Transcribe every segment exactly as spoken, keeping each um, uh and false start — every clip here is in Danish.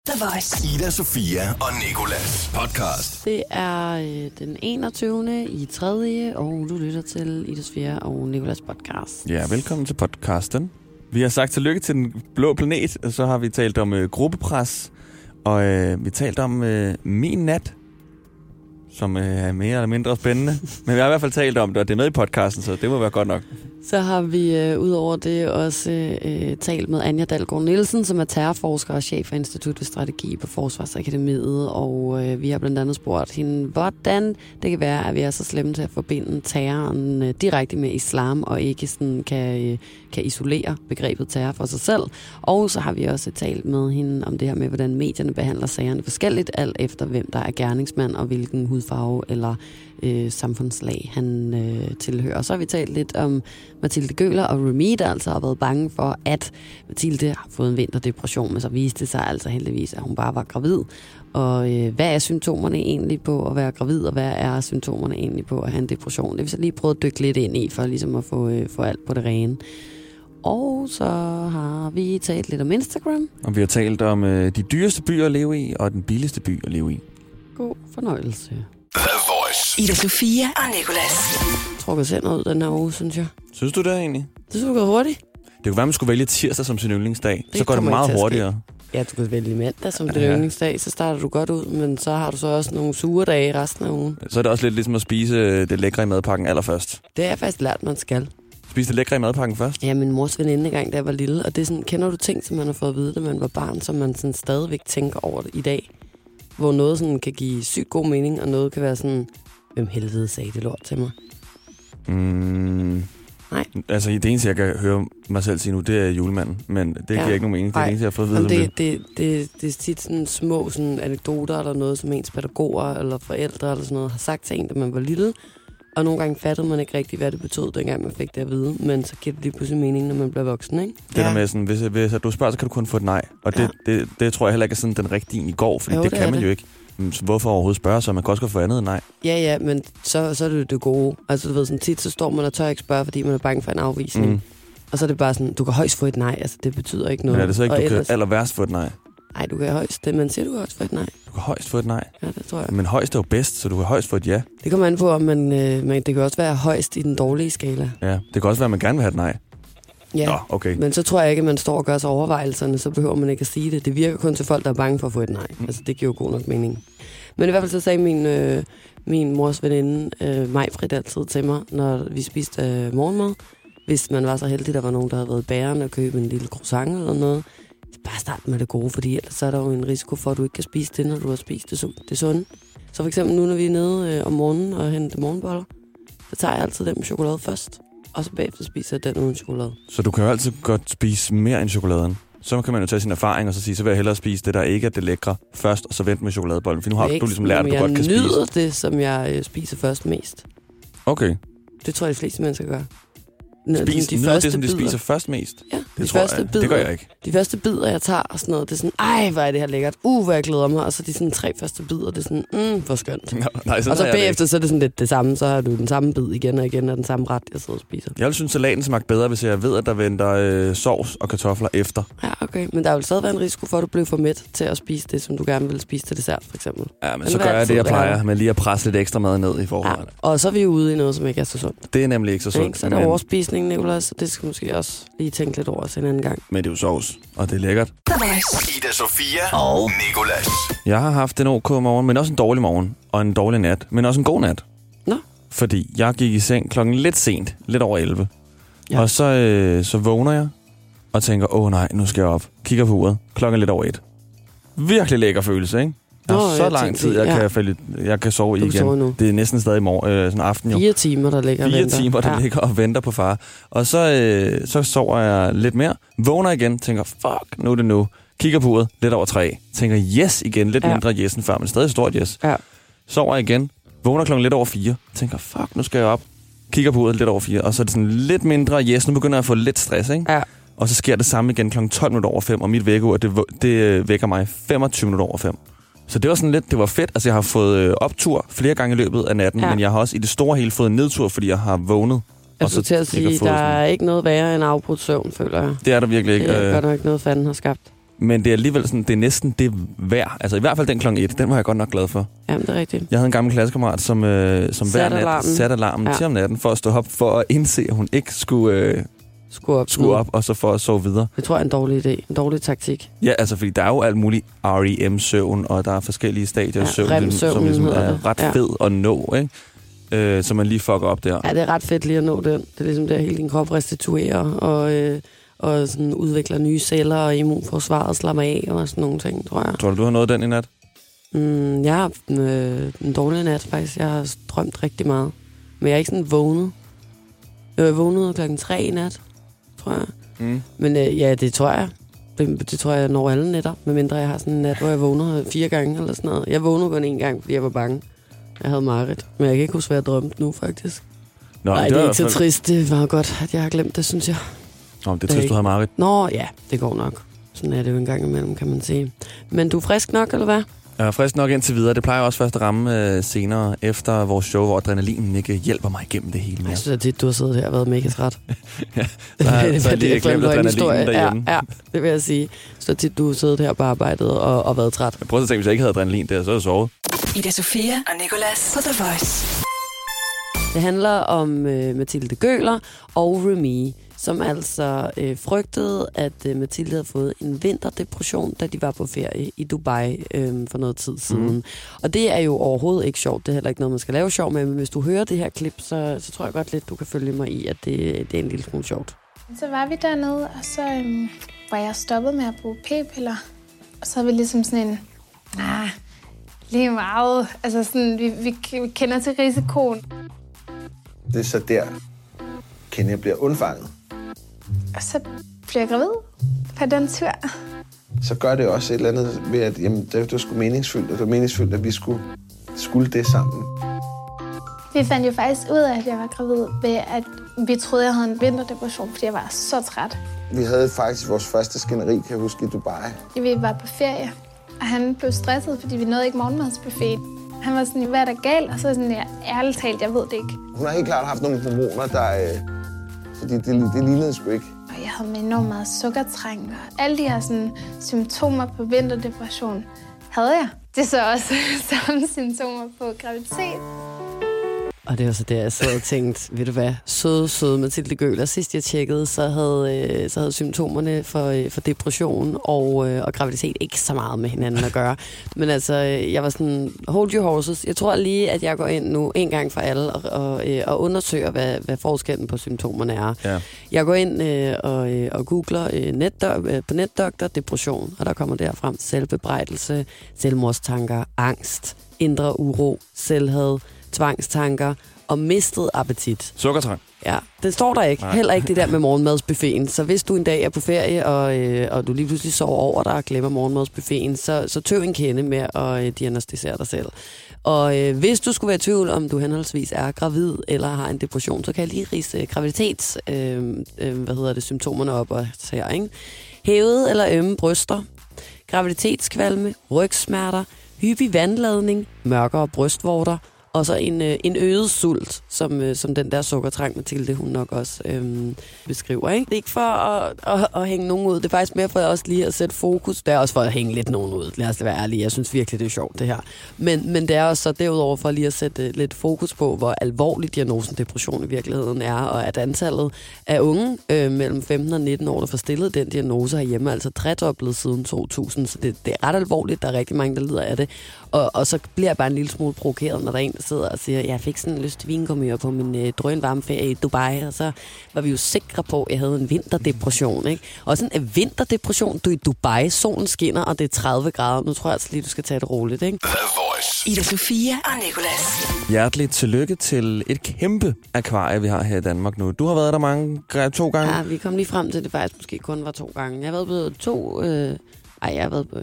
The Voice. Ida, Sofia og Nicolas podcast. Det er øh, den enogtyvende i tredje og du lytter til Ida, Sofia og Nicolas podcast. Ja, velkommen til podcasten. Vi har sagt tillykke til den blå planet, og så har vi talt om øh, gruppepres, og øh, vi talt om øh, min nat, som øh, er mere eller mindre spændende. Men vi har i hvert fald talt om det, og det er med i podcasten, så det må være godt nok. Så har vi øh, udover det også øh, talt med Anja Dalgaard Nielsen, som er terrorforsker og chef for Institut for Strategi på Forsvarsakademiet. Og øh, vi har blandt andet spurgt hende, hvordan det kan være, at vi er så slemme til at forbinde terroren øh, direkte med islam, og ikke sådan kan, øh, kan isolere begrebet terror for sig selv. Og så har vi også talt med hende om det her med, hvordan medierne behandler sagerne forskelligt, alt efter hvem der er gerningsmand og hvilken hudfarve eller Øh, samfundslag han øh, tilhører. Og så har vi talt lidt om Mathilde Gøler og Remy, der altså har været bange for, at Mathilde har fået en vinterdepression, men så viste det sig altså heldigvis, at hun bare var gravid. Og øh, hvad er symptomerne egentlig på at være gravid, og hvad er symptomerne egentlig på at have en depression? Det vil så lige prøve at dykke lidt ind i, for ligesom at få, øh, få alt på det rene. Og så har vi talt lidt om Instagram. Og vi har talt om øh, de dyreste byer at leve i, og den billigste by at leve i. God fornøjelse. The Voice. Ida, Sofia og Nicolas. Trukket sender ud den her uge, synes jeg. Synes du det egentlig? Det synes du går hurtigt. Det kunne være, at man skulle vælge tirsdag som sin yndlingsdag. Det så går det meget hurtigere. Ja, du kan vælge mandag som din Ja. yndlingsdag, så starter du godt ud, men så har du så også nogle sure dage resten af ugen. Så er det også lidt ligesom at spise det lækre i madpakken allerførst. Det har jeg faktisk lært, man skal. Spise det lækre i madpakken først? Ja, min mors veninde engang, da jeg var lille, og det er sådan, kender du ting, som man har fået at vide, da man var barn, som man sådan stadigvæk tænker over det i dag? Hvor noget sådan kan give sygt god mening, og noget kan være sådan, hvem helvede sagde det lort til mig? Mm. Nej. Altså, det eneste, jeg kan høre mig selv sige nu, det er julemanden. Men det giver Ja. ikke nogen mening. Det er Nej. det eneste, jeg har fået at vide Jamen, om det, det, det, det er tit sådan små sådan anekdoter, eller noget, som ens pædagoger eller forældre eller sådan noget har sagt til en, da man var lille. Og nogle gange fattede man ikke rigtigt, hvad det betød, dengang man fik det at vide. Men så giver det lige pludselig mening, når man bliver voksen, ikke? Det der med sådan, hvis, hvis du spørger, så kan du kun få et nej. Og det, Ja. det, det tror jeg heller ikke er sådan den rigtige i går, fordi Jo, det, det kan er man det. jo ikke. Så hvorfor overhovedet spørge, så man kan også godt få andet end nej? Ja, ja, men så, så er det jo det gode. Altså, du ved, sådan tit, så står man og tør ikke spørge, fordi man er bange for en afvisning. Mm. Og så er det bare sådan, du kan højst få et nej. Altså, det betyder ikke noget. Men er det så ikke, og du ellers, kan aller værst få et nej? Nej, du kan højst det. Man siger, du kan højst få et nej. Du kan højst få et nej. Ja, det tror jeg. Men højst er jo bedst, så du kan højst få et ja. Det kommer an på, om man, øh, man... Det kan også være højst i den dårlige skala. Ja, det kan også være, at man gerne vil have et nej. Ja, Nå, okay. men så tror jeg ikke, at man står og gør sig overvejelserne. Så behøver man ikke at sige det. Det virker kun til folk, der er bange for at få et nej. Mm. Altså, det giver jo god nok mening. Men i hvert fald så sagde min, øh, min mors veninde, øh, Majfrid, altid til mig, når vi spiste øh, morgenmad. Hvis man var så heldig, der var nogen, der havde været bæren og købe en lille croissant eller noget. Bare start med det gode, fordi ellers så er der jo en risiko for, at du ikke kan spise det, når du har spist det, det sunde. Så for eksempel nu, når vi er nede øh, om morgenen og henter morgenboller, så tager jeg altid den med chokolade først. Og så bagefter spiser jeg den uden chokolade. Så du kan jo altid godt spise mere end chokoladen. Så kan man jo tage sin erfaring og så sige, så vil jeg hellere spise det, der ikke er det lækre først, og så vente med chokoladebollen. For nu har du ligesom lært, at du godt kan spise. Jeg nyder det, som jeg øh, spiser først mest. Okay. Det tror jeg, de fleste mennesker gør. Spis de de første det, som de bidder. spiser først mest? Ja, Det de tror første jeg. bidder. Det gør jeg ikke. De første bidder, jeg tager og sådan noget, det er sådan, ej, hvor er det her lækkert. Uh, hvor jeg glæder mig. Og så de sådan tre første bidder, det er sådan, mm, hvor skønt. Nå, nej, sådan Og så er jeg det bagefter, så er det sådan lidt det samme. Så har du den samme bid igen og igen, og den samme ret, jeg sidder og spiser. Jeg vil synes, salaten smagte bedre, hvis jeg ved, at der venter øh, sovs og kartofler efter. Ja, okay. Men der vil stadig være en risiko for, at du bliver for mæt til at spise det, som du gerne vil spise til dessert, for eksempel. Ja, men Den så vil gør jeg altid det, jeg være- plejer, med lige at presse lidt ekstra mad ned i Ja. forholdene. Og så er vi jo ude i noget, som ikke er så sundt. Det er nemlig ikke så Ikke? sundt. Så er der men, overspisning, Nicolas, så det skal måske også lige tænke lidt over til en anden gang. men det er jo sovs, og det er lækkert. The Voice. Ida, Sofia og Nicolas. Jeg har haft en ok morgen, men også en dårlig morgen. Og en dårlig nat, men også en god nat. Nå. Fordi jeg gik i seng klokken lidt sent, lidt over elleve. Ja. Ja. Og så, øh, så vågner jeg og tænker, åh nej, nu skal jeg op. Kigger på uret, klokken er lidt over et. Virkelig lækker følelse, ikke? Jeg har Nå, så jeg lang tænkte tid, jeg, lige, ja. kan falde, jeg kan sove i Du kan igen. sove nu. Det er næsten stadig morgen, øh, sådan aften jo. Fire timer, der ligger og Fire venter. timer, der ja. ligger og venter på far. Og så, øh, så sover jeg lidt mere, vågner igen, tænker, fuck, nu er det nu. Kigger på uret, lidt over tre. Tænker, yes igen, lidt Ja. ja. mindre yes end før, men stadig stort yes. Ja. Sover jeg igen, vågner klokken lidt over fire. Tænker, fuck, nu skal jeg op. Kigger på uret lidt over fire, og så er det sådan lidt mindre yes. Nu begynder jeg at få lidt stress, ikke? Ja. Og så sker det samme igen klokken tolv minutter over fem, og mit vækkeur, det, det øh, vækker mig femogtyve minutter over fem. Så det var sådan lidt, det var fedt. Altså, jeg har fået øh, optur flere gange i løbet af natten, Ja. men jeg har også i det store hele fået nedtur, fordi jeg har vågnet. Jeg skulle til at ikke har sige, fået der sådan- er ikke noget værre end afbrudt søvn, føler jeg. Det er der virkelig ikke. Det er Øh, godt nok noget, fanden har skabt. Men det er alligevel sådan, det er næsten det værd. Altså i hvert fald den klokken et, den var jeg godt nok glad for. Jamen, det er rigtigt. Jeg havde en gammel klassekammerat, som, øh, som hver nat satte alarmen ja. til om natten for at stå op, for at indse, at hun ikke skulle, øh, skulle, op, skulle op, og så for at sove videre. Det tror jeg er en dårlig idé. En dårlig taktik. Ja, altså fordi der er jo alt muligt R E M-søvn, og der er forskellige stadier af ja, søvn, som ligesom er ret ja. fed at nå, ikke? Øh, så man lige fucker op der. Ja, det er ret fedt lige at nå den. Det er ligesom der, hele din krop restituerer, og, øh, og sådan udvikler nye celler, og immunforsvaret slapper af, og sådan nogle ting, tror jeg. Tror du, du har nået den i nat? Mm, jeg har haft en, øh, en dårlig nat, faktisk. Jeg har drømt rigtig meget. Men jeg er ikke sådan vågnet. Jeg var vågnet klokken tre i nat, tror jeg. Mm. Men øh, ja, det tror jeg. Det, det tror jeg når alle nætter, medmindre jeg har sådan en nat, hvor jeg vågner fire gange eller sådan noget. Jeg vågnede kun en gang, fordi jeg var bange. Jeg havde mareridt, men jeg kan ikke huske, hvad jeg drømte nu, faktisk. Nå, Nej, det, det er ikke så trist. Det var godt, at jeg har glemt det, synes jeg. Nå, det er trist, du har mareridt. Nå, ja, det går nok. Sådan er det jo en gang imellem, kan man sige. Men du er frisk nok, eller hvad? Jeg er frisk nok indtil videre. Det plejer også først at ramme øh, senere efter vores show, hvor adrenalinen ikke hjælper mig igennem det hele mere. Jeg synes, at det, du har siddet her og været mega træt. ja, så har jeg lige glemt adrenalinen derhjemme. Ja, ja, det vil jeg sige. Så tit du har siddet her på arbejdet og, og været træt. Jeg prøver at tænke, hvis jeg ikke havde adrenalin der, så havde jeg sovet. Ida Sofia og Nicolas på The Voice. Det handler om øh, Mathilde Gøler og Remy, som altså øh, frygtede, at øh, Mathilde havde fået en vinterdepression, da de var på ferie i Dubai øh, for noget tid siden. Mm. Og det er jo overhovedet ikke sjovt. Det er heller ikke noget, man skal lave sjov med. Men hvis du hører det her klip, så, så tror jeg godt lidt, du kan følge mig i, at det, det er en lille smule sjovt. Så var vi dernede, og så øh, var jeg stoppet med at bruge p-piller. Og så havde vi ligesom sådan en... Ah, lige meget. Altså sådan, vi, vi, vi kender til risikoen. Det er så der, Kenya bliver undfanget. Og så bliver jeg gravid på den tur. Så gør det også et eller andet ved, at jamen, det var sgu meningsfyldt, og det var meningsfyldt, at vi skulle, skulle det sammen. Vi fandt jo faktisk ud af, at jeg var gravid ved, at vi troede, jeg havde en vinterdepression, fordi jeg var så træt. Vi havde faktisk vores første skænderi, kan jeg huske, i Dubai. Vi var på ferie, og han blev stresset, fordi vi nåede ikke morgenmadsbuffet. Han var sådan, hvad er der galt? Og så sådan, jeg ærligt talt, jeg ved det ikke. Hun har helt klart haft nogle hormoner, der... Øh, fordi det, det lignede sgu ikke. Og jeg havde med enormt meget sukkertræng, og alle de her sådan, symptomer på vinterdepression havde jeg. Det er så også samme symptomer på graviditet. Og det var så der, jeg sad og tænkte, ved du hvad, søde, søde Mathilde Gøler. Sidst jeg tjekkede, så havde, øh, så havde symptomerne for, øh, for depression og, øh, og graviditet ikke så meget med hinanden at gøre. Men altså, øh, jeg var sådan, hold your horses. Jeg tror lige, at jeg går ind nu en gang for alle og, og, øh, og undersøger, hvad, hvad forskellen på symptomerne er. Ja. Jeg går ind øh, og, øh, og googler øh, netdok, øh, på netdoktor depression, og der kommer der frem selvbebrejdelse, selvmordstanker, angst, indre uro, selvhad, tvangstanker og mistet appetit. Sukkertrang. Ja, det står der ikke. Nej. Heller ikke det der med morgenmadsbuffeten. Så hvis du en dag er på ferie, og, øh, og du lige pludselig sover over dig og glemmer morgenmadsbuffeten, så, så tøv en kende med at øh, diagnostisere dig selv. Og øh, hvis du skulle være i tvivl, om du henholdsvis er gravid eller har en depression, så kan jeg lige rise øh, graviditets, øh, øh, hvad hedder det, symptomerne op og her, ikke? Hævede eller ømme bryster, graviditetskvalme, rygsmerter, hyppig vandladning, mørkere brystvorter, og så en, en øget sult, som, som den der sukkertrang Mathilde, hun nok også øhm, beskriver. Ikke? Det er ikke for at, at, at hænge nogen ud. Det er faktisk mere for også lige at sætte fokus. Det er også for at hænge lidt nogen ud. Lad os være ærlige. Jeg synes virkelig, det er sjovt, det her. Men, men det er også så derudover for lige at sætte lidt fokus på, hvor alvorlig diagnosen depression i virkeligheden er, og at antallet af unge øh, mellem femten og nitten år, der får stillet den diagnose herhjemme, er altså tredoblet siden to tusind. Så det, det er ret alvorligt. Der er rigtig mange, der lider af det. Og, og så bliver jeg bare en lille smule provokeret, når der er en, der sidder og siger, jeg fik sådan lyst til vingummier på min øh, drønvarmeferie i Dubai, og så var vi jo sikre på, at jeg havde en vinterdepression, ikke? Og sådan en vinterdepression, du er i Dubai, solen skinner, og det er tredive grader. Nu tror jeg altså lige, du skal tage det roligt, ikke? The Voice. Ida Sofia og Nicolas. Hjerteligt tillykke til et kæmpe akvarie, vi har her i Danmark nu. Du har været der mange, to gange? Ja, vi kom lige frem til, at det faktisk måske kun var to gange. Jeg har været på to... Øh, ej, jeg har været på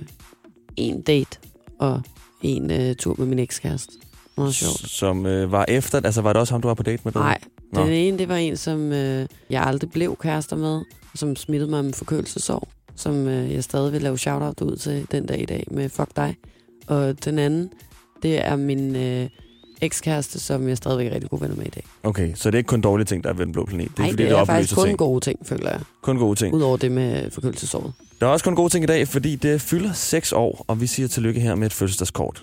en date og en øh, tur med min ekskæreste. Meget sjovt. Som øh, var efter, altså var det også ham, du var på date med? Nej, den Nå. ene, det var en, som øh, jeg aldrig blev kærester med, som smittede mig med forkølelsesår, som øh, jeg stadig vil lave shout-out ud til den dag i dag med Fuck dig. Og den anden, det er min øh, ekskæreste, som jeg stadigvæk er rigtig god venner med i dag. Okay, så det er ikke kun dårlige ting, der er ved den blå planet? Det er, Nej, fordi, det er, det er faktisk kun ting. gode ting, føler jeg. Kun gode ting? Udover det med forkølelsesåret. Der er også kun gode ting i dag, fordi det fylder seks år, og vi siger tillykke her med et fødselsdagskort.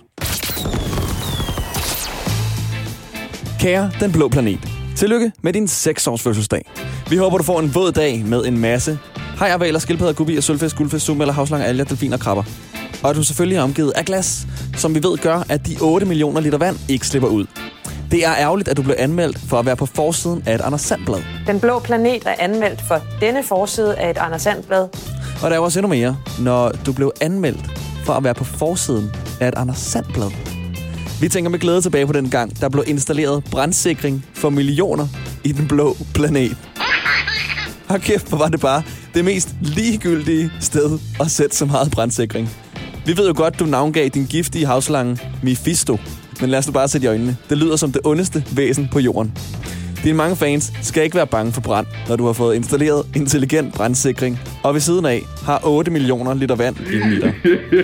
Kære Den Blå Planet, tillykke med din seks års fødselsdag. Vi håber, du får en våd dag med en masse hajer, valer, skildpadder, gubier, sølvfisk, guldfisk, summe eller havslange, alger, delfiner og krabber. Og at du selvfølgelig er omgivet af glas, som vi ved gør, at de otte millioner liter vand ikke slipper ud. Det er ærgerligt, at du blev anmeldt for at være på forsiden af et Anders Sand-blad. Den Blå Planet er anmeldt for denne forside af et Anders Sand-blad. Og der er også endnu mere, når du blev anmeldt for at være på forsiden af et Anders Sand-blad. Vi tænker med glæde tilbage på den gang, der blev installeret brandsikring for millioner i Den Blå Planet. Og kæft, hvor var det bare det mest ligegyldige sted at sætte så meget brandsikring. Vi ved jo godt, du navngav din giftige havslange Mephisto. Men lad os nu bare sætte i øjnene. Det lyder som det ondeste væsen på jorden. Dine mange fans skal ikke være bange for brand, når du har fået installeret intelligent brandsikring, og ved siden af har otte millioner liter vand i dig.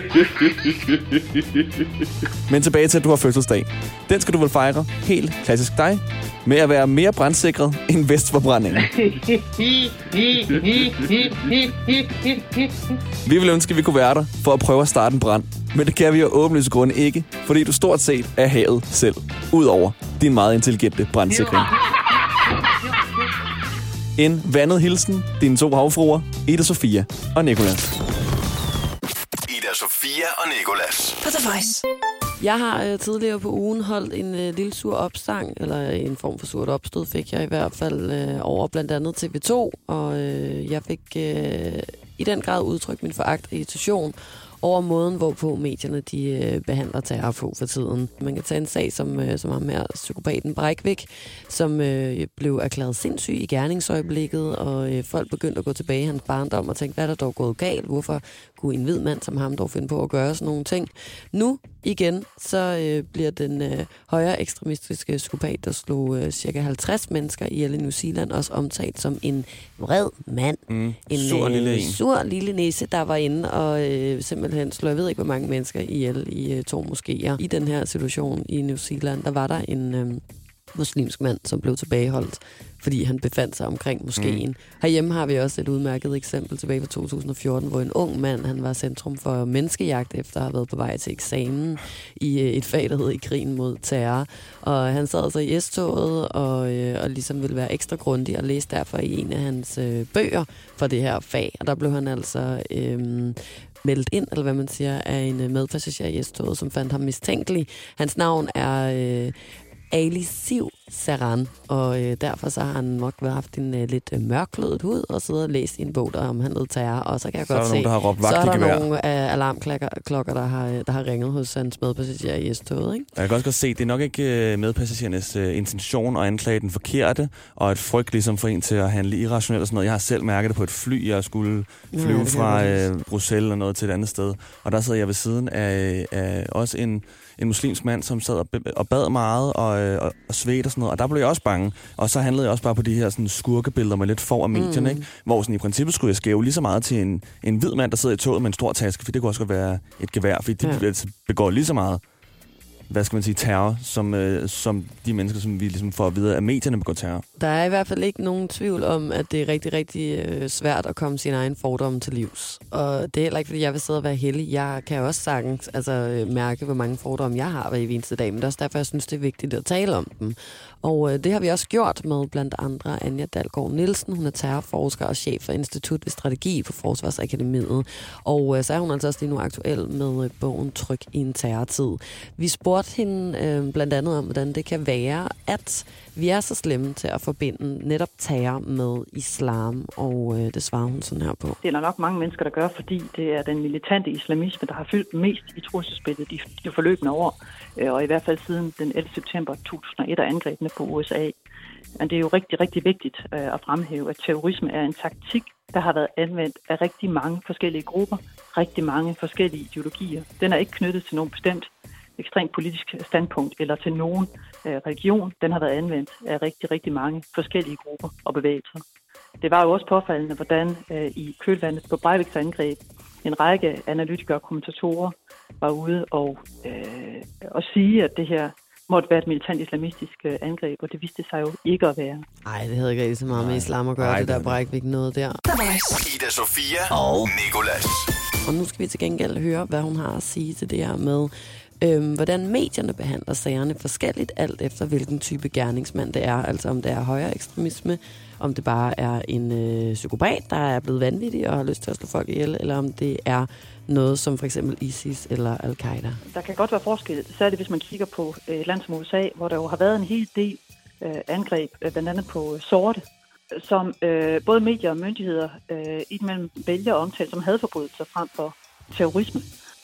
Men tilbage til, at du har fødselsdag. Den skal du vel fejre, helt klassisk dig, med at være mere brandsikret end vestforbrændingen. Vi vil ønske, at vi kunne være der for at prøve at starte en brand. Men det kan vi jo åbenlyse grunde ikke, fordi du stort set er havet selv, udover din meget intelligente brandsikring. En vandet hilsen, dine to havfruer, Ida Sofia og Nicolas. Ida Sofia og Nicolas. På The Voice. Jeg har øh, tidligere på ugen holdt en øh, lille sur opstang, eller en form for surt opstød fik jeg i hvert fald øh, over blandt andet T V to, og øh, jeg fik øh, i den grad udtrykt min foragt og irritation over måden, hvorpå medierne de øh, behandler terror på for tiden. Man kan tage en sag som, øh, som ham her, psykopaten Breivik, som øh, blev erklæret sindssyg i gerningsøjeblikket, og øh, folk begyndte at gå tilbage i hans barndom og tænke, hvad er der dog gået galt? Hvorfor kunne en hvid mand som ham dog finde på at gøre sådan nogle ting? Nu igen, så øh, bliver den øh, højre ekstremistiske psykopat, der slog øh, cirka halvtreds mennesker ihjel i New Zealand, også omtalt som en vred mand. Mm, en sur, øh, lille en. sur lille næse, der var inde og øh, simpelthen slog, jeg ved ikke, hvor mange mennesker ihjel i øh, to moskéer. I den her situation i New Zealand, der var der en øh, muslimsk mand, som blev tilbageholdt, fordi han befandt sig omkring moskeen. Mm. Herhjemme har vi også et udmærket eksempel tilbage fra to tusind og fjorten, hvor en ung mand, han var centrum for menneskejagt, efter at have været på vej til eksamen i et fag, der hed I krigen mod terror. Og han sad så i S-toget og, øh, og ligesom ville være ekstra grundig og læste derfor i en af hans øh, bøger for det her fag. Og der blev han altså øh, meldt ind, eller hvad man siger, af en medpassager i S-toget, som fandt ham mistænkelig. Hans navn er Øh, Ali Siv Saran, og øh, derfor så har han nok haft en øh, lidt øh, mørklødet hud og siddet og læst i en bog, der omhandlede terror, og så kan jeg så godt er se, nogen, der har råbt så er der vagt i gevær. nogle øh, alarmklokker, klokker, der har, der har ringet hos hans medpassager i S-toget, ikke? Jeg kan også godt se, at det er nok ikke medpassagerernes uh, intention at anklage den forkerte, og et frygt ligesom for en til at handle irrationelt og sådan noget. Jeg har selv mærket det på et fly, jeg skulle flyve ja, fra uh, Bruxelles eller noget til et andet sted, og der sad jeg ved siden af, af også en en muslimsk mand, som sad og, og bad meget og, og, og svedte og sådan noget, og der blev jeg også bange. Og så handlede jeg også bare på de her sådan, skurkebilleder med lidt for af medierne, mm. ikke? Hvor sådan, i princippet skulle jeg skæve lige så meget til en, en hvid mand, der sidder i toget med en stor taske, for det kunne også godt være et gevær, fordi de ja. begår lige så meget, hvad skal man sige, terror, som, øh, som de mennesker, som vi ligesom får at vide, at medierne begår terror. Der er i hvert fald ikke nogen tvivl om, at det er rigtig, rigtig øh, svært at komme sin egen fordomme til livs. Og det er heller ikke, fordi jeg vil sidde og være heldig. Jeg kan også sagtens altså, mærke, hvor mange fordomme jeg har hver eneste dag, men det er også derfor, jeg synes, det er vigtigt at tale om dem. Og øh, det har vi også gjort med blandt andre Anja Dalgaard Nielsen. Hun er terrorforsker og chef for Institut ved Strategi på Forsvarsakademiet. Og øh, så er hun altså også lige nu aktuel med øh, bogen Tryg i en terrortid. Vi spurgte hende øh, blandt andet om, hvordan det kan være, at vi er så slemme til at forbinde netop terror med islam, og øh, det svarer hun sådan her på. Det er der nok mange mennesker, der gør, fordi det er den militante islamisme, der har fyldt mest i trusselsbilledet i de forløbende år, og i hvert fald siden den ellevte september to tusind og et og angrebene på U S A. Men det er jo rigtig, rigtig vigtigt at fremhæve, at terrorisme er en taktik, der har været anvendt af rigtig mange forskellige grupper, rigtig mange forskellige ideologier. Den er ikke knyttet til nogen bestemt ekstremt politisk standpunkt eller til nogen øh, religion. Den har været anvendt af rigtig, rigtig mange forskellige grupper og bevægelser. Det var jo også påfaldende, hvordan øh, i kølvandet på Breiviks angreb en række analytikere og kommentatorer var ude og, øh, og sige, at det her måtte være et militant islamistisk øh, angreb, og det viste sig jo ikke at være. Nej, det havde ikke rigtig så meget med islam at gøre, Ej, det der Breivik noget der. Ida Sofia og Nicolas. Og nu skal vi til gengæld høre, hvad hun har at sige til det her med, øhm, hvordan medierne behandler sagerne forskelligt, alt efter hvilken type gerningsmand det er. Altså om det er højere ekstremisme, om det bare er en øh, psykopat, der er blevet vanvittig og har lyst til at slå folk ihjel, eller om det er noget som for eksempel ISIS eller Al-Qaida. Der kan godt være forskel, særligt hvis man kigger på øh, et land som U S A, hvor der jo har været en hel del øh, angreb, øh, blandt andet på øh, sorte, som øh, både medier og myndigheder øh, indimellem vælger at omtale som hadforbrydelser frem for terrorisme.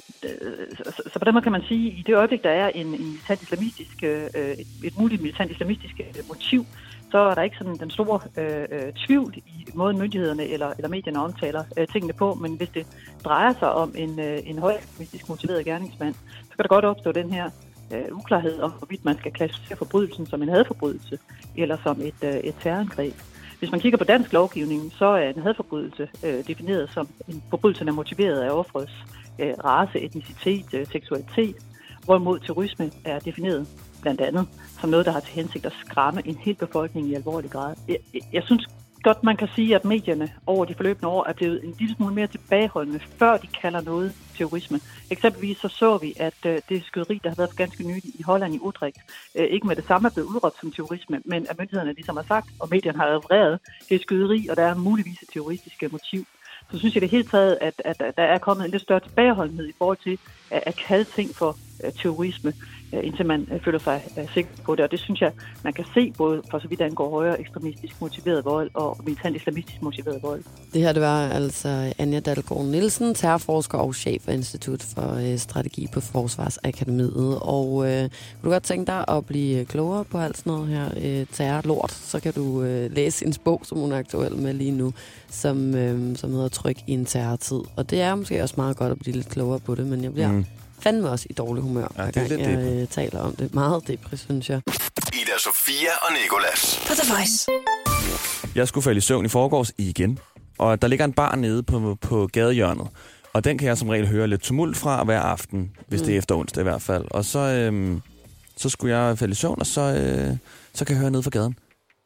Så, så på den måde kan man sige, at i det øjeblik, der er en, en militant islamistisk, øh, et, et muligt militant islamistisk motiv, så er der ikke sådan den store øh, tvivl i måden myndighederne eller, eller medierne omtaler øh, tingene på, men hvis det drejer sig om en, øh, en højekstremistisk motiveret gerningsmand, så kan der godt opstå den her øh, uklarhed om, hvorvidt man skal klassificere forbrydelsen som en hadforbrydelse eller som et, øh, et terrorangreb. Hvis man kigger på dansk lovgivning, så er en hadforbrydelse øh, defineret som en forbrydelse, der er motiveret af offerets øh, race, etnicitet, øh, seksualitet, hvorimod terrorisme er defineret blandt andet som noget, der har til hensigt at skræmme en hel befolkning i alvorlig grad. Jeg, jeg, jeg synes godt, man kan sige, at medierne over de forløbende år er blevet en lille smule mere tilbageholdende, før de kalder noget terrorisme. Eksempelvis så så vi, at øh, det skyderi, der har været for ganske nylig i Holland i Utrecht, øh, ikke med det samme er blevet udråbt som terrorisme, men at myndighederne ligesom har sagt, og medierne har refereret, det er skyderi, og der er muligvis et terroristisk motiv. Så synes jeg det hele taget, at, at, at der er kommet en lidt større tilbageholdenhed i forhold til at, at kalde ting for uh, terrorisme, uh, indtil man uh, føler sig uh, sikker på det. Og det synes jeg, man kan se både for så vidt angår højere ekstremistisk motiveret vold og militant islamistisk motiveret vold. Det her, det var altså Anja Dalgaard Nielsen, terrorforsker og chef for Institut for uh, Strategi på Forsvarsakademiet. Og uh, kunne du godt tænke dig at blive klogere på alt sådan noget her uh, terrorlort, så kan du uh, læse en bog, som hun er aktuel med lige nu, som, uh, som hedder Tryg i en terrortid. Og det er måske også meget godt at blive lidt klogere på det, men jeg bliver mm. fandme også i dårlig humør, ja, hver gang jeg depri. taler om det. Meget depri, synes jeg. Ida Sofia og Nicolas. På The Voice. Jeg skulle falde i søvn i forgårs igen, og der ligger en bar nede på, på gadehjørnet. Og den kan jeg som regel høre lidt tumult fra hver aften, hvis mm. det er efter onsdag i hvert fald. Og så, øhm, så skulle jeg falde i søvn, og så, øh, så kan jeg høre nede fra gaden.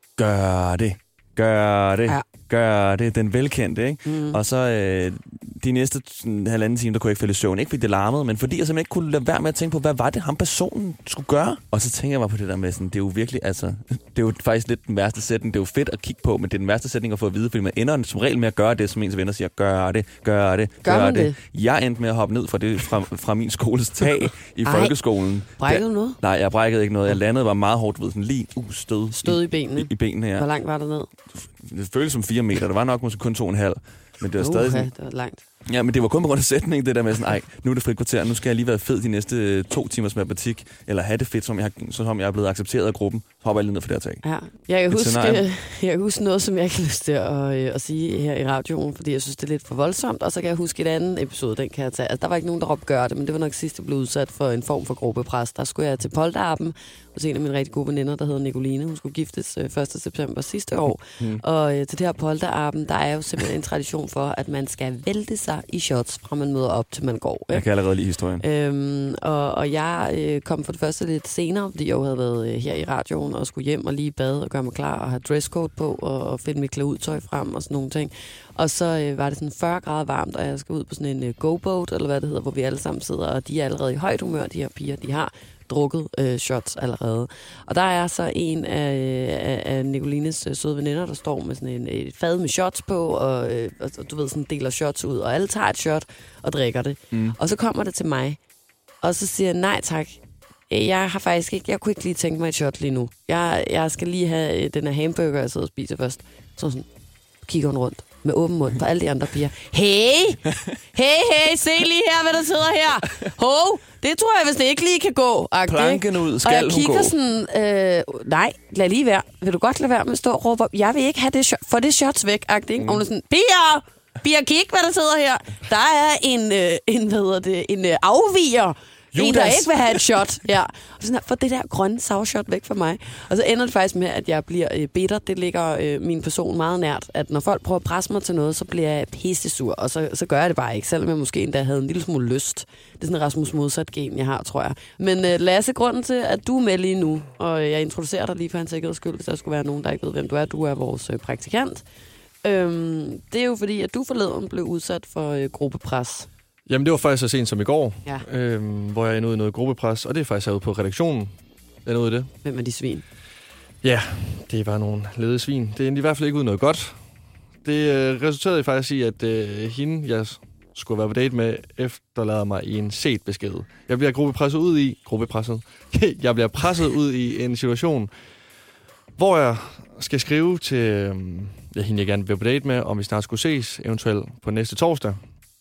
Gør det. Gør det. Ja. Gør det. Den velkendte, ikke? Mm. Og så øh, de næste sådan, halvanden time, der kunne jeg ikke falde i søvn. Ikke fordi det larmede, men fordi jeg simpelthen ikke kunne lade være med at tænke på, hvad var det, ham personen skulle gøre? Og så tænker jeg bare på det der med sådan, det er jo virkelig, altså, det er jo faktisk lidt den værste sætning. Det er jo fedt at kigge på, men det er den værste sætning at få at vide, fordi man ender som regel med at gøre det, som ens venner siger, gør det, gør det, gør, gør det. det. Jeg endte med at hoppe ned fra, det, fra, fra min skoles tag i Ej, folkeskolen. Brækkede du noget? Nej, jeg brækkede ikke noget. Jeg landede var meget hårdt ved sådan lige uh, stød. Stød i benene? I, i benene, ja. Hvor langt var der ned? Det føltes som fire meter. Det var nok måske kun to og en halv. Men det var uh, stadig sådan, det var langt. Ja, men det var kun på grund af sætningen, det der med sådan, ej, nu er det frikvarter, nu skal jeg lige være fed de næste to timers matematik, eller have det fedt, som jeg, som jeg er blevet accepteret af gruppen. Så hopper jeg lige ned for det her tag. Ja, jeg kan, huske, jeg kan huske noget, som jeg ikke har lyst til at, at sige her i radioen, fordi jeg synes, det er lidt for voldsomt, og så kan jeg huske et andet episode, den kan jeg tage. Altså, der var ikke nogen, der råbte gør det, men det var nok sidst, jeg blev udsat for en form for gruppepres. Der skulle jeg til Polterappen hos en af mine rigtig gode veninder, der hedder Nicoline. Hun skulle giftes første september sidste år, mm. og øh, til det her Polterappen, der er jo simpelthen en tradition for, at man skal vælte sig i shots, fra man møder op, til man går. Ikke? Jeg kan allerede lide historien. Øhm, og, og jeg øh, kom for det første lidt senere, fordi jeg jo havde været øh, her i radioen og skulle hjem og lige bade og gøre mig klar og have dresscode på og, og finde mit klæudtøj frem og sådan nogle ting. Og så øh, var det sådan fyrre grader varmt, og jeg skal ud på sådan en øh, go-boat, eller hvad det hedder, hvor vi alle sammen sidder, og de er allerede i højt humør, de her piger, de har drukket øh, shots allerede. Og der er så en af, af, af Nicolines øh, søde veninder, der står med sådan en, et fad med shots på, og, øh, og du ved, sådan deler shots ud, og alle tager et shot og drikker det. Mm. Og så kommer det til mig, og så siger jeg, nej tak, jeg har faktisk ikke, jeg kunne ikke lige tænke mig et shot lige nu. Jeg, jeg skal lige have den her hamburger, jeg sidder og spiser først. Så sådan, kigger hun rundt med åben mund på alle de andre piger. Hey! Hey, hey, se lige her, hvad der sidder her. Hov, det tror jeg, hvis det ikke lige kan gå. Planken ud, skal hun gå? Og jeg kigger sådan, øh, nej, lad lige være. Vil du godt lade være med at stå og råbe op? Jeg vil ikke have det, for det shots væk, agtigt. Mm. Og hun er sådan, piger! Piger, kig, hvad der sidder her. Der er en, øh, en hvad hedder det, en øh, afviger Judas. En, der ikke vil have et shot. Ja. Og sådan her, få det der grønne savshot væk fra mig. Og så ender det faktisk med, at jeg bliver øh, bitter. Det ligger øh, min person meget nært, at når folk prøver at presse mig til noget, så bliver jeg pissesur, og så, så gør jeg det bare ikke, selvom jeg måske endda havde en lille smule lyst. Det er sådan en Rasmus Modsat-gen, jeg har, tror jeg. Men øh, Lasse, grunden til, at du er med lige nu, og jeg introducerer dig lige for hans sikkerheds skyld, hvis der skulle være nogen, der ikke ved, hvem du er. Du er vores øh, praktikant. Øhm, det er jo fordi, at du forleden blev udsat for øh, gruppepres. Jamen, det var faktisk så sent som i går, ja. øhm, hvor jeg endte ud i noget gruppepres, og det er faktisk herude på redaktionen. Jeg ud i det. Hvem er de svin? Ja, det var nogle ledede svin. Det endte i hvert fald ikke ud noget godt. Det øh, resulterede faktisk i, at øh, hende, jeg skulle være på date med, efterlader mig i en set besked. Jeg bliver gruppepresset ud i... Gruppepresset? jeg bliver presset ud i en situation, hvor jeg skal skrive til øh, ja, hende, jeg gerne vil på date med, om vi snart skulle ses, eventuelt på næste torsdag.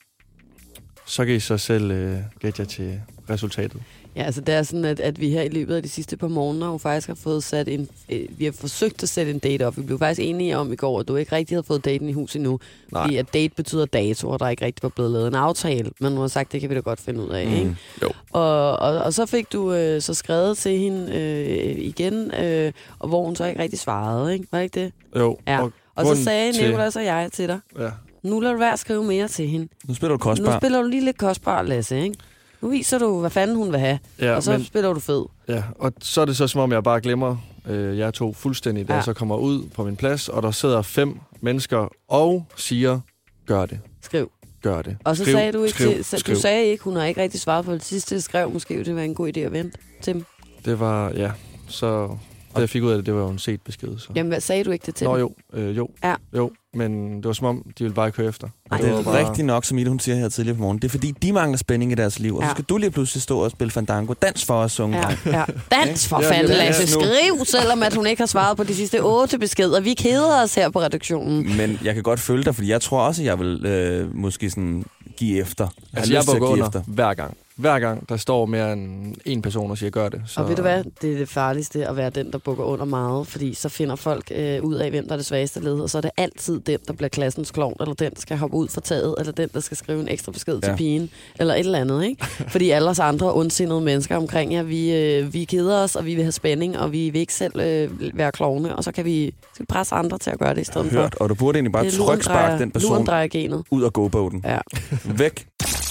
Så kan I så selv øh, gætte jer til resultatet. Ja, altså det er sådan, at, at vi her i løbet af de sidste par måneder jo faktisk har fået sat en... Øh, vi har forsøgt at sætte en date op. Vi blev faktisk enige om i går, at du ikke rigtig havde fået daten i hus endnu. Nej. Fordi at date betyder dato, og der ikke rigtig var blevet lavet en aftale. Men nu har sagt, det kan vi da godt finde ud af, mm. ikke? Jo. Og, og, og så fik du øh, så skrevet til hende øh, igen, øh, og hvor hun så ikke rigtig svarede, ikke? Var det ikke det? Jo. Ja. Og, og så sagde til... Nicolas og jeg til dig, ja. Nu lader du være at skrive mere til hende. Nu spiller du kostbar. Nu spiller du lige lidt kostbar, Lasse, ikke? Nu viser du, hvad fanden hun vil have, ja, og så men, spiller du fed. Ja, og så er det så, som om jeg bare glemmer øh, jer to fuldstændig, da ja. jeg så kommer ud på min plads, og der sidder fem mennesker og siger, gør det. Skriv. Gør det. Og så skriv, sagde du ikke, skriv, til, så, skriv. du sagde ikke, hun har ikke rigtig svaret på det sidste, skrev måske, det var en god idé at vente til dem. Det var, ja, så... Da jeg fik ud af det, det var jo en set besked. Så. Jamen, hvad sagde du ikke det til Nå, dem? jo, øh, jo, ja. jo, men det var som om, de ville bare køre efter. Ej, det er bare... rigtigt nok, som Ida, hun siger her tidligere på morgen. Det er fordi, de mangler spænding i deres liv, og ja. så skal du lige pludselig stå og spille fandango. Dans for os, unge. Ja, ja. Dans for fanden, Lasse. Skriv, selvom at hun ikke har svaret på de sidste otte beskeder. Vi keder os her på redaktionen. Men jeg kan godt følge dig, fordi jeg tror også, at jeg vil øh, måske sådan give efter. Jeg altså, jeg bukker under efter. hver gang. Hver gang, der står mere end en person og siger, gør det. Så... Og ved du hvad? Det er det farligste at være den, der bukker under meget, fordi så finder folk øh, ud af, hvem der er det svageste led, og så er det altid den, der bliver klassens klovn, eller den, der skal hoppe ud fra taget, eller den, der skal skrive en ekstra besked ja. til pigen, eller et eller andet, ikke? Fordi alle os andre ondsindede mennesker omkring jer, vi, øh, vi keder os, og vi vil have spænding, og vi vil ikke selv øh, være klovne, og så kan vi, skal vi presse andre til at gøre det i stedet Hørt, for. Og du burde egentlig bare tryksparke den person ud af go-boaten. Ja. Væk.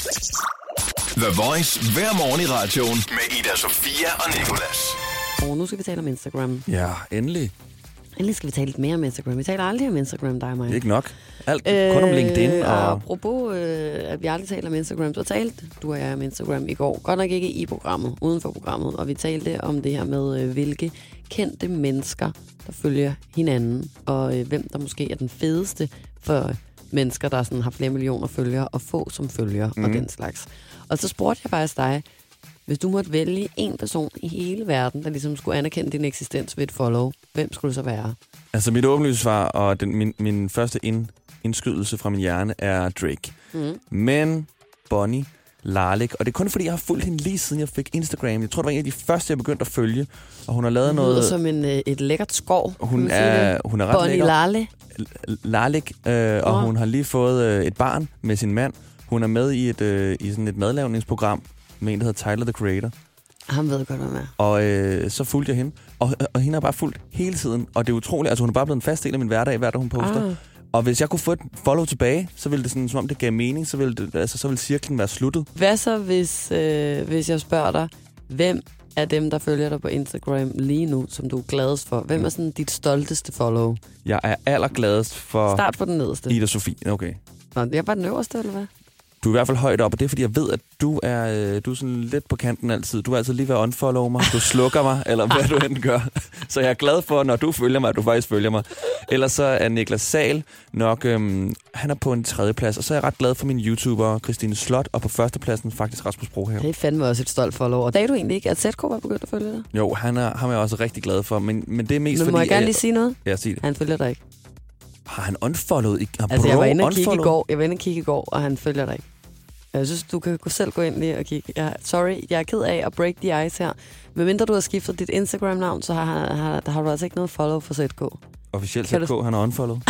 The Voice hver morgen i radioen med Ida Sofia og Nicolas. Og nu skal vi tale om Instagram. Ja, endelig. Endelig skal vi tale lidt mere om Instagram. Vi taler aldrig om Instagram, dig og mig. Det er ikke nok. Alt, øh, kun om LinkedIn. Og... og apropos, øh, at vi aldrig taler om Instagram, så talte du og jeg om Instagram i går. Godt nok ikke i programmet, uden for programmet. Og vi talte om det her med, øh, hvilke kendte mennesker, der følger hinanden. Og øh, hvem der måske er den fedeste for mennesker, der sådan har flere millioner følgere, og få som følger mm. og den slags. Og så spurgte jeg faktisk dig, hvis du måtte vælge en person i hele verden, der ligesom skulle anerkende din eksistens ved et follow, hvem skulle det så være? Altså mit åbenlyse svar, og den, min, min første ind, indskydelse fra min hjerne, er Drake. Mm. Men Bonnie Lalique, og det er kun fordi, jeg har fulgt hende lige siden jeg fik Instagram. Jeg tror, det var en af de første, jeg begyndte at følge, og hun har lavet hun noget... Hun som en, et lækkert skov. Hun er, hun er ret Bonnie lækker. Lalique. Lalique, øh, og oh. hun har lige fået øh, et barn med sin mand. Hun er med i et øh, i sådan et madlavningsprogram med en, der hedder Tyler, the Creator. Han ved godt, hvad med. Og øh, så fulgte jeg hende. Og, og hende har bare fulgt hele tiden. Og det er utroligt. Altså, hun er bare blevet en fast del af min hverdag, hver dag hun poster. Ah. Og hvis jeg kunne få et follow tilbage, så ville det sådan, som om det gav mening, så ville, det, altså, så ville cirklen være sluttet. Hvad så, hvis, øh, hvis jeg spørger dig, hvem af dem, der følger dig på Instagram lige nu, som du er gladest for? Hvem er sådan dit stolteste follow? Jeg er allergladest for... Start på den nederste. Ida Sofia, okay. Nå, jeg er bare den øverste, eller hvad? Du er i hvert fald højt op, og det er fordi, jeg ved, at du er, øh, du er sådan lidt på kanten altid. Du er altid lige ved at unfollow mig, du slukker mig, eller hvad du end gør. Så jeg er glad for, når du følger mig, at du faktisk følger mig. Ellers så er Niklas Sahl nok, øhm, han er på en tredje plads, og så er jeg ret glad for min YouTuber, Christine Slot, og på førstepladsen faktisk Rasmus Brohave. Det er fandme også et stolt follow. Og da er du egentlig ikke, at Z K var begyndt at følge dig? Jo, han er, ham er jeg også rigtig glad for, men, men det er mest men fordi... må jeg gerne lige sige noget? Ja, sig det. Han følger dig ikke. Har han unfollowet? Har altså, jeg var inde og kigge i går, jeg var inde og kigge i går, og han følger dig ikke. Jeg synes, du kan selv gå ind lige og kigge. Jeg, sorry, jeg er ked af at break the ice her. Men mindre du har skiftet dit Instagram-navn, så har, har, der har du altså ikke noget follow for Z K. Officielt Z K, du... han har unfollowet.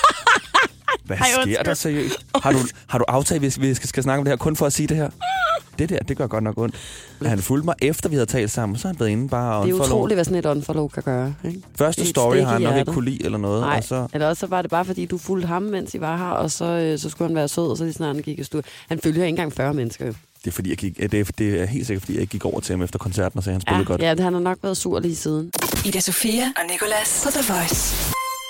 Hvad sker der seriøst? Har du, har du aftalt, hvis vi skal, skal snakke om det her, kun for at sige det her? det der, det gør godt nok ondt. Han fulgte mig efter, vi havde talt sammen, så har han været inde bare og Det er unfollow. utroligt, hvad sådan et unfollow kan gøre. Ikke? Første story har han nok ikke kunne lide eller noget. Nej, og så... eller også var det bare, fordi du fulgte ham, mens I var her, og så, øh, så skulle han være sød, og så lige snart han gik i stue. Han følger ikke engang fyrre mennesker. Jo. Det er, fordi jeg gik, det, er, det er helt sikkert, fordi jeg gik over til ham efter koncerten og sagde, han spillede ja, godt. Ja, det, han har nok været sur lige siden. Ida Sofia og Nicolas på The Voice.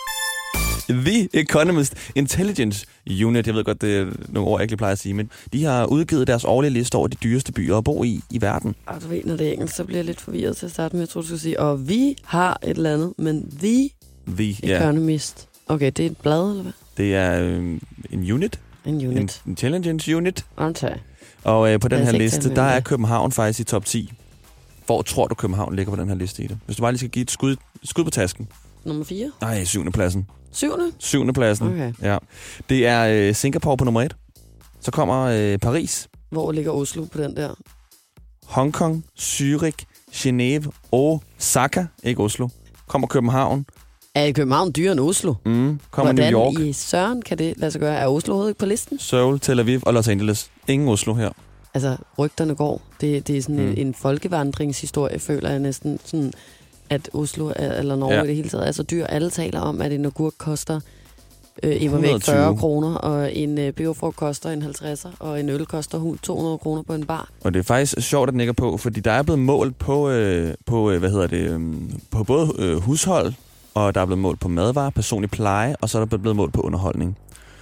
The Economist Intelligence Unit, jeg ved godt, det er nogle ord, jeg ikke plejer at sige, men de har udgivet deres årlige liste over de dyreste byer at bo i i verden. Og du ved, når det er engelsk, så bliver jeg lidt forvirret til at starte med. Jeg tror, du skulle sige, og vi har et eller andet, men The, The Economist. Ja. Okay, det er et blad, eller hvad? Det er øh, en unit. En unit. En intelligence unit. Okay. Og øh, på den Lad her os ikke liste, tale der mere om er det. København faktisk i top ti. Hvor tror du, København ligger på den her liste i det? Hvis du bare lige skal give et skud, skud på tasken. Nummer fire? Nej, syvende pladsen. Syvende? Syvende pladsen, Okay. ja. Det er øh, Singapore på nummer et. Så kommer øh, Paris, Hvor ligger Oslo på den der? Hongkong, Zürich, Genève, Osaka, ikke Oslo. Kommer København. Er København dyrere end Oslo? Mm, kommer Hvordan New York, i Søren kan det lade sig gøre? Er Oslo overhovedet ikke på listen? Seoul, Tel Aviv og Los Angeles. Ingen Oslo her. Altså, rygterne går. Det, det er sådan Mm. mm. en, en folkevandringshistorie, føler jeg næsten. Sådan, at Oslo er, eller Norge Ja. ja. i det hele taget er så dyr. Alle taler om, at en agurk koster øh, immer væk hundrede og tyve fyrre kroner, og en øh, peberfrugt koster en halvtredser, og en øl koster to hundrede kroner på en bar. Og det er faktisk sjovt, at den ikke er på, fordi der er blevet målt på, øh, på øh, hvad hedder det, øh, på både øh, hushold, og der er blevet målt på madvarer, personlig pleje, og så er der blevet målt på underholdning.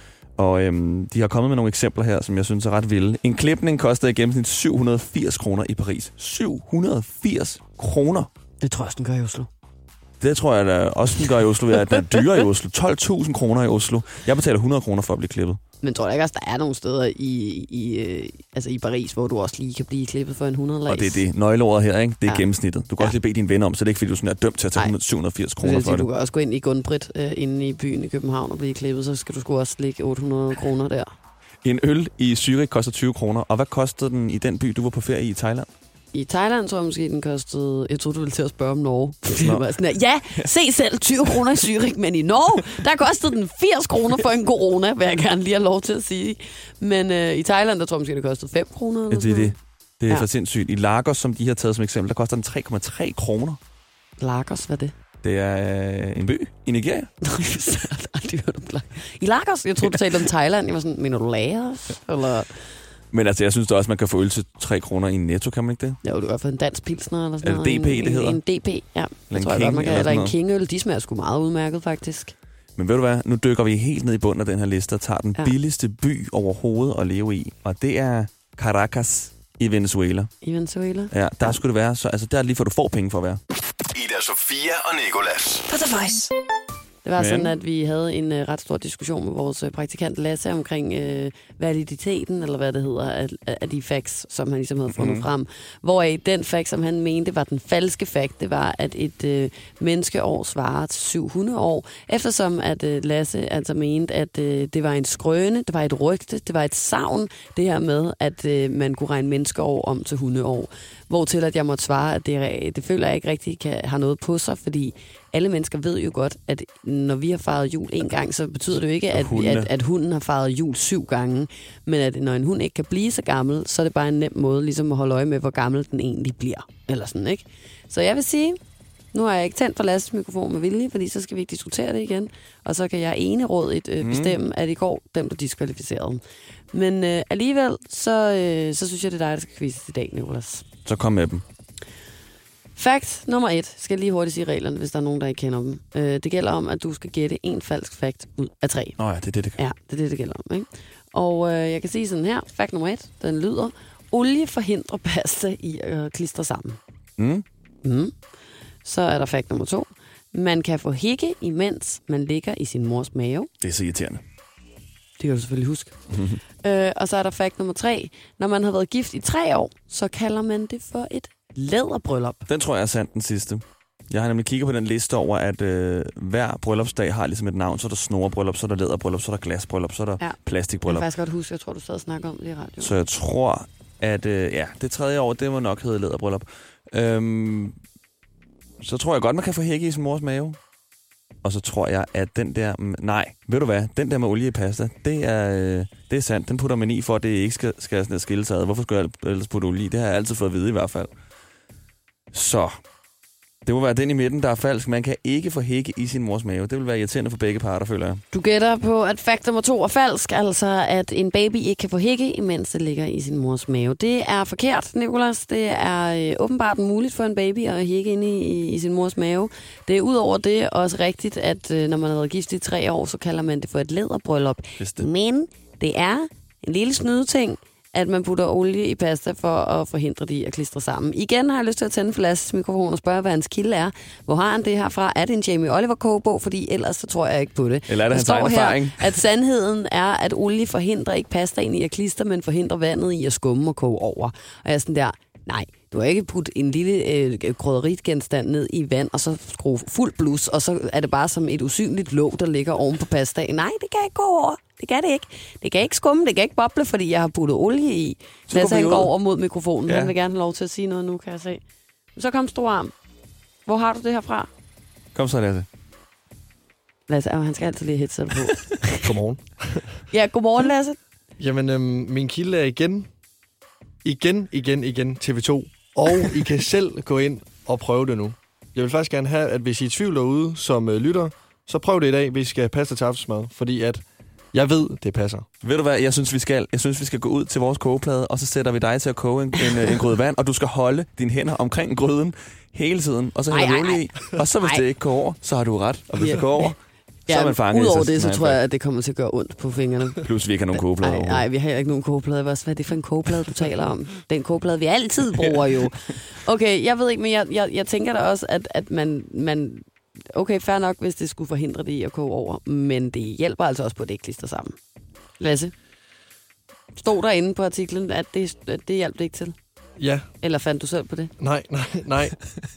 Og øhm, de har kommet med nogle eksempler her, som jeg synes er ret vilde. En klipning koster i gennemsnit syv hundrede og firs kroner i Paris. syv hundrede og firs kroner! Det tror jeg, den gør i Oslo. Det tror jeg, der også den gør i Oslo. At den er dyrere i Oslo. tolv tusind kroner i Oslo. Jeg betaler hundrede kroner for at blive klippet. Men tror jeg ikke også, der er nogle steder i, i, øh, altså i Paris, hvor du også lige kan blive klippet for en hundrede lags? Og det er det nøgleordet her, ikke? Det er Ja. gennemsnittet. Du kan Ja. også lige bede dine venner om, så det er ikke, fordi du sådan er dømt til at tage syv hundrede og firs kroner for Du det. kan også gå ind i Gunbrit øh, inde i byen i København og blive klippet, så skal du sgu også lægge otte hundrede kroner der. En øl i Zürich koster tyve kroner. Og hvad kostede den i den by, du var på ferie i i Thailand? I Thailand tror jeg måske, den kostede... Jeg troede, du ville til at spørge om Norge. Fordi Nå. det var sådan her, ja, se selv tyve kroner i Zürich, men i Norge, der kostede den firs kroner for en corona, vil jeg gerne lige have lov til at sige. Men øh, i Thailand, der tror jeg måske, det kostede fem kroner. Eller Ja, det er sådan det. Det er ja. Ja. for sindssygt. I Lagos, som de har taget som eksempel, der koster den tre komma tre kroner. noget. Lagos, hvad er det? Det er øh, en by i Nigeria. Jeg har aldrig hørt om Lagos. I Lagos? Jeg troede, du talte om Thailand. Jeg var sådan, mener du Lagos? Eller... Men altså, jeg synes da også, man kan få øl til tre kroner i Netto, kan man ikke det? Ja, du kan i hvert fald en dansk pilsner eller sådan Er det noget. D P, en, det hedder? En, en D P, ja. en Det tror jeg King godt, man kan. eller Eller sådan en noget. Kingøl. De smager sgu meget udmærket, faktisk. Men ved du hvad? Nu dykker vi helt ned i bunden af den her liste og tager den Ja. billigste by overhovedet at leve i. Og det er Caracas i Venezuela. I Venezuela. Ja, der skulle det være. Så, altså, der er lige for, du får penge for at være. Ida Sofia og Nicolas. På The Voice. Det var Men- sådan, at vi havde en uh, ret stor diskussion med vores uh, praktikant Lasse omkring uh, validiteten, eller hvad det hedder, af, af de facts, som han ligesom havde fundet Mhm. mm. frem. Hvoraf den fact, som han mente var den falske fact, det var, at et uh, menneskeår svarer til syv hundrede år, eftersom at uh, Lasse altså mente, at uh, det var en skrøne, det var et rygte, det var et savn, det her med, at uh, man kunne regne menneskeår om til hundeår. Hvortil at jeg måtte svare, at det, er- det føler jeg ikke rigtig kan have noget på sig, fordi alle mennesker ved jo godt, at når vi har fejret jul en gang, så betyder det jo ikke, at, vi, hundene. at, at hunden har fejret jul syv gange. Men at når en hund ikke kan blive så gammel, så er det bare en nem måde ligesom at holde øje med, hvor gammel den egentlig bliver. Eller sådan, ikke? Så jeg vil sige, nu har jeg ikke tændt for Lasses mikrofon med vilje, fordi så skal vi ikke diskutere det igen. Og så kan jeg enerådigt øh, bestemme, at i går dem blev diskvalificeret. Men øh, alligevel, så, øh, så synes jeg, det er dig, der skal quizzes i dag, Nicolas. Så kom med dem. Fact nummer et. Skal jeg lige hurtigt sige reglerne, hvis der er nogen, der ikke kender dem. Øh, det gælder om, at du skal gætte en falsk fact ud af tre. Nå ja, det er det, det Ja, det er det, det gælder om. Ikke? Og øh, jeg kan sige sådan her. Fact nummer et, den lyder: olie forhindrer pasta i at klistre sammen. Mm. Mm. Så er der fact nummer to. Man kan få hikke, imens man ligger i sin mors mave. Det er så irriterende. Det kan du selvfølgelig huske. øh, og så er der fact nummer tre. Når man har været gift i tre år, så kalder man det for et læderbryllup. Den tror jeg er sandt, den sidste. Jeg har nemlig kigget på den liste over, at øh, hver bryllupsdag har ligesom et navn. Så er der snorebryllup, så er der læderbryllup, så er der glasbryllup, så er der Ja. ja. Jeg kan plastikbryllup. faktisk godt huske, jeg tror, du sad og snakkede om det i radioen. Så jeg tror, at øh, ja, det tredje år, det må nok hedde læderbryllup. Øhm, så tror jeg godt, man kan få hække i sin mors mave. Og så tror jeg, at den der... Nej, ved du hvad? Den der med olie i pasta, det er, øh, det er sandt. Den putter man i, for at det ikke skal, skal sådan skille sig ad. Hvorfor skal jeg ellers putte olie i? Det har jeg altid fået at vide i hvert fald. Så... Det må være den i midten, der er falsk. Man kan ikke få hække i sin mors mave. Det vil være irriterende for begge parter, føler jeg. Du gætter på, at fakt nummer to er falsk. Altså, at en baby ikke kan få hække, imens det ligger i sin mors mave. Det er forkert, Nicolas. Det er øh, åbenbart muligt for en baby at hække inde i, i, i sin mors mave. Det er udover det også rigtigt, at øh, når man har været gift i tre år, så kalder man det for et læderbryllup. Men det er en lille snydeting, at man putter olie i pasta for at forhindre de at klistre sammen. Igen har jeg lyst til at tænde for Lasses mikrofon og spørge, hvad hans kilde er. Hvor har han det her fra? Er det en Jamie Oliver kogebog? Fordi ellers så tror jeg ikke på det. Eller er det hans egen erfaring? Her, at sandheden er, at olie forhindrer ikke pastaen i at klistre, men forhindrer vandet i at skumme og koge over. Og jeg er sådan der, nej, du har ikke puttet en lille øh, krydderitgenstand ned i vand, og så skrue fuld blus, og så er det bare som et usynligt låg, der ligger oven på pastaen. Nej, det kan ikke gå over. Det kan det ikke. Det kan ikke skumme, det kan ikke boble, fordi jeg har puttet olie i. Lasse, han går over mod mikrofonen. Ja. Han vil gerne have lov til at sige noget nu, kan jeg se. Så kom Storarm. Hvor har du det her fra? Kom så, Lasse. Lasse, han skal altid lige headset på. Godmorgen. Ja, godmorgen, Lasse. Jamen, øhm, min kilde er igen, igen, igen, igen T V to. Og I kan selv gå ind og prøve det nu. Jeg vil faktisk gerne have, at hvis I er i tvivl derude som øh, lytter, så prøv det i dag, hvis I skal have pasta til aftensmad. Fordi at jeg ved, det passer. Ved du hvad, jeg synes, vi skal? Jeg synes, vi skal gå ud til vores kogeplade, og så sætter vi dig til at koge en, en, en gryde vand, og du skal holde dine hænder omkring gryden hele tiden, og så hælder vi olie i. Og så hvis ej. det ikke går over, så har du ret. Og hvis yeah. det går over, så er man fanget. Udover det, så tror jeg, at det kommer til at gøre ondt på fingrene. Plus, vi ikke har nogen kogeplade over. Nej, vi har ikke nogen kogeplade. Hvad er det for en kogeplade, du taler om? Den kogeplade, vi altid bruger jo. Okay, jeg ved ikke, men jeg, jeg, jeg tænker da også, at, at man... man okay, fair nok, hvis det skulle forhindre det i at koge over, men det hjælper altså også på, at det ikke klister sammen. Lasse, stod der inde på artiklen, at det, at det hjalp det ikke til? Ja. Eller fandt du selv på det? Nej, nej, nej.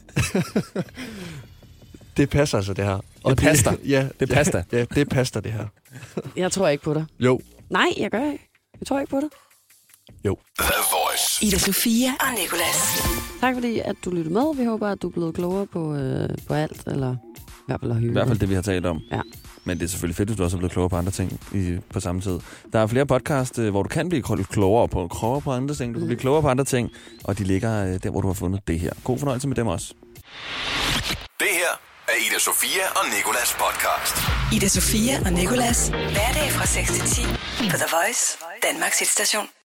Det passer altså, det her. Og det passer? Ja. Det passer? Ja, det passer, det her. Jeg tror ikke på dig. Jo. Nej, jeg gør ikke. Jeg tror ikke på dig. Jo. The Voice. Ida Sofia og Nicolas. Tak fordi, at du lyttede med. Vi håber, at du er blevet klogere på, øh, på alt, eller i hvert fald at høre. I hvert fald det, vi har talt om. Ja. Men det er selvfølgelig fedt, at du også er blevet klogere på andre ting i, på samme tid. Der er flere podcasts, hvor du kan blive klogere på, klogere på andre ting. Du kan blive klogere på andre ting, og de ligger der, hvor du har fundet det her. God fornøjelse med dem også. Det her er Ida Sofia og Nicolas podcast. Ida Sofia og Nicolas. Hverdag fra seks til ti på The Voice, Danmarks hitstation.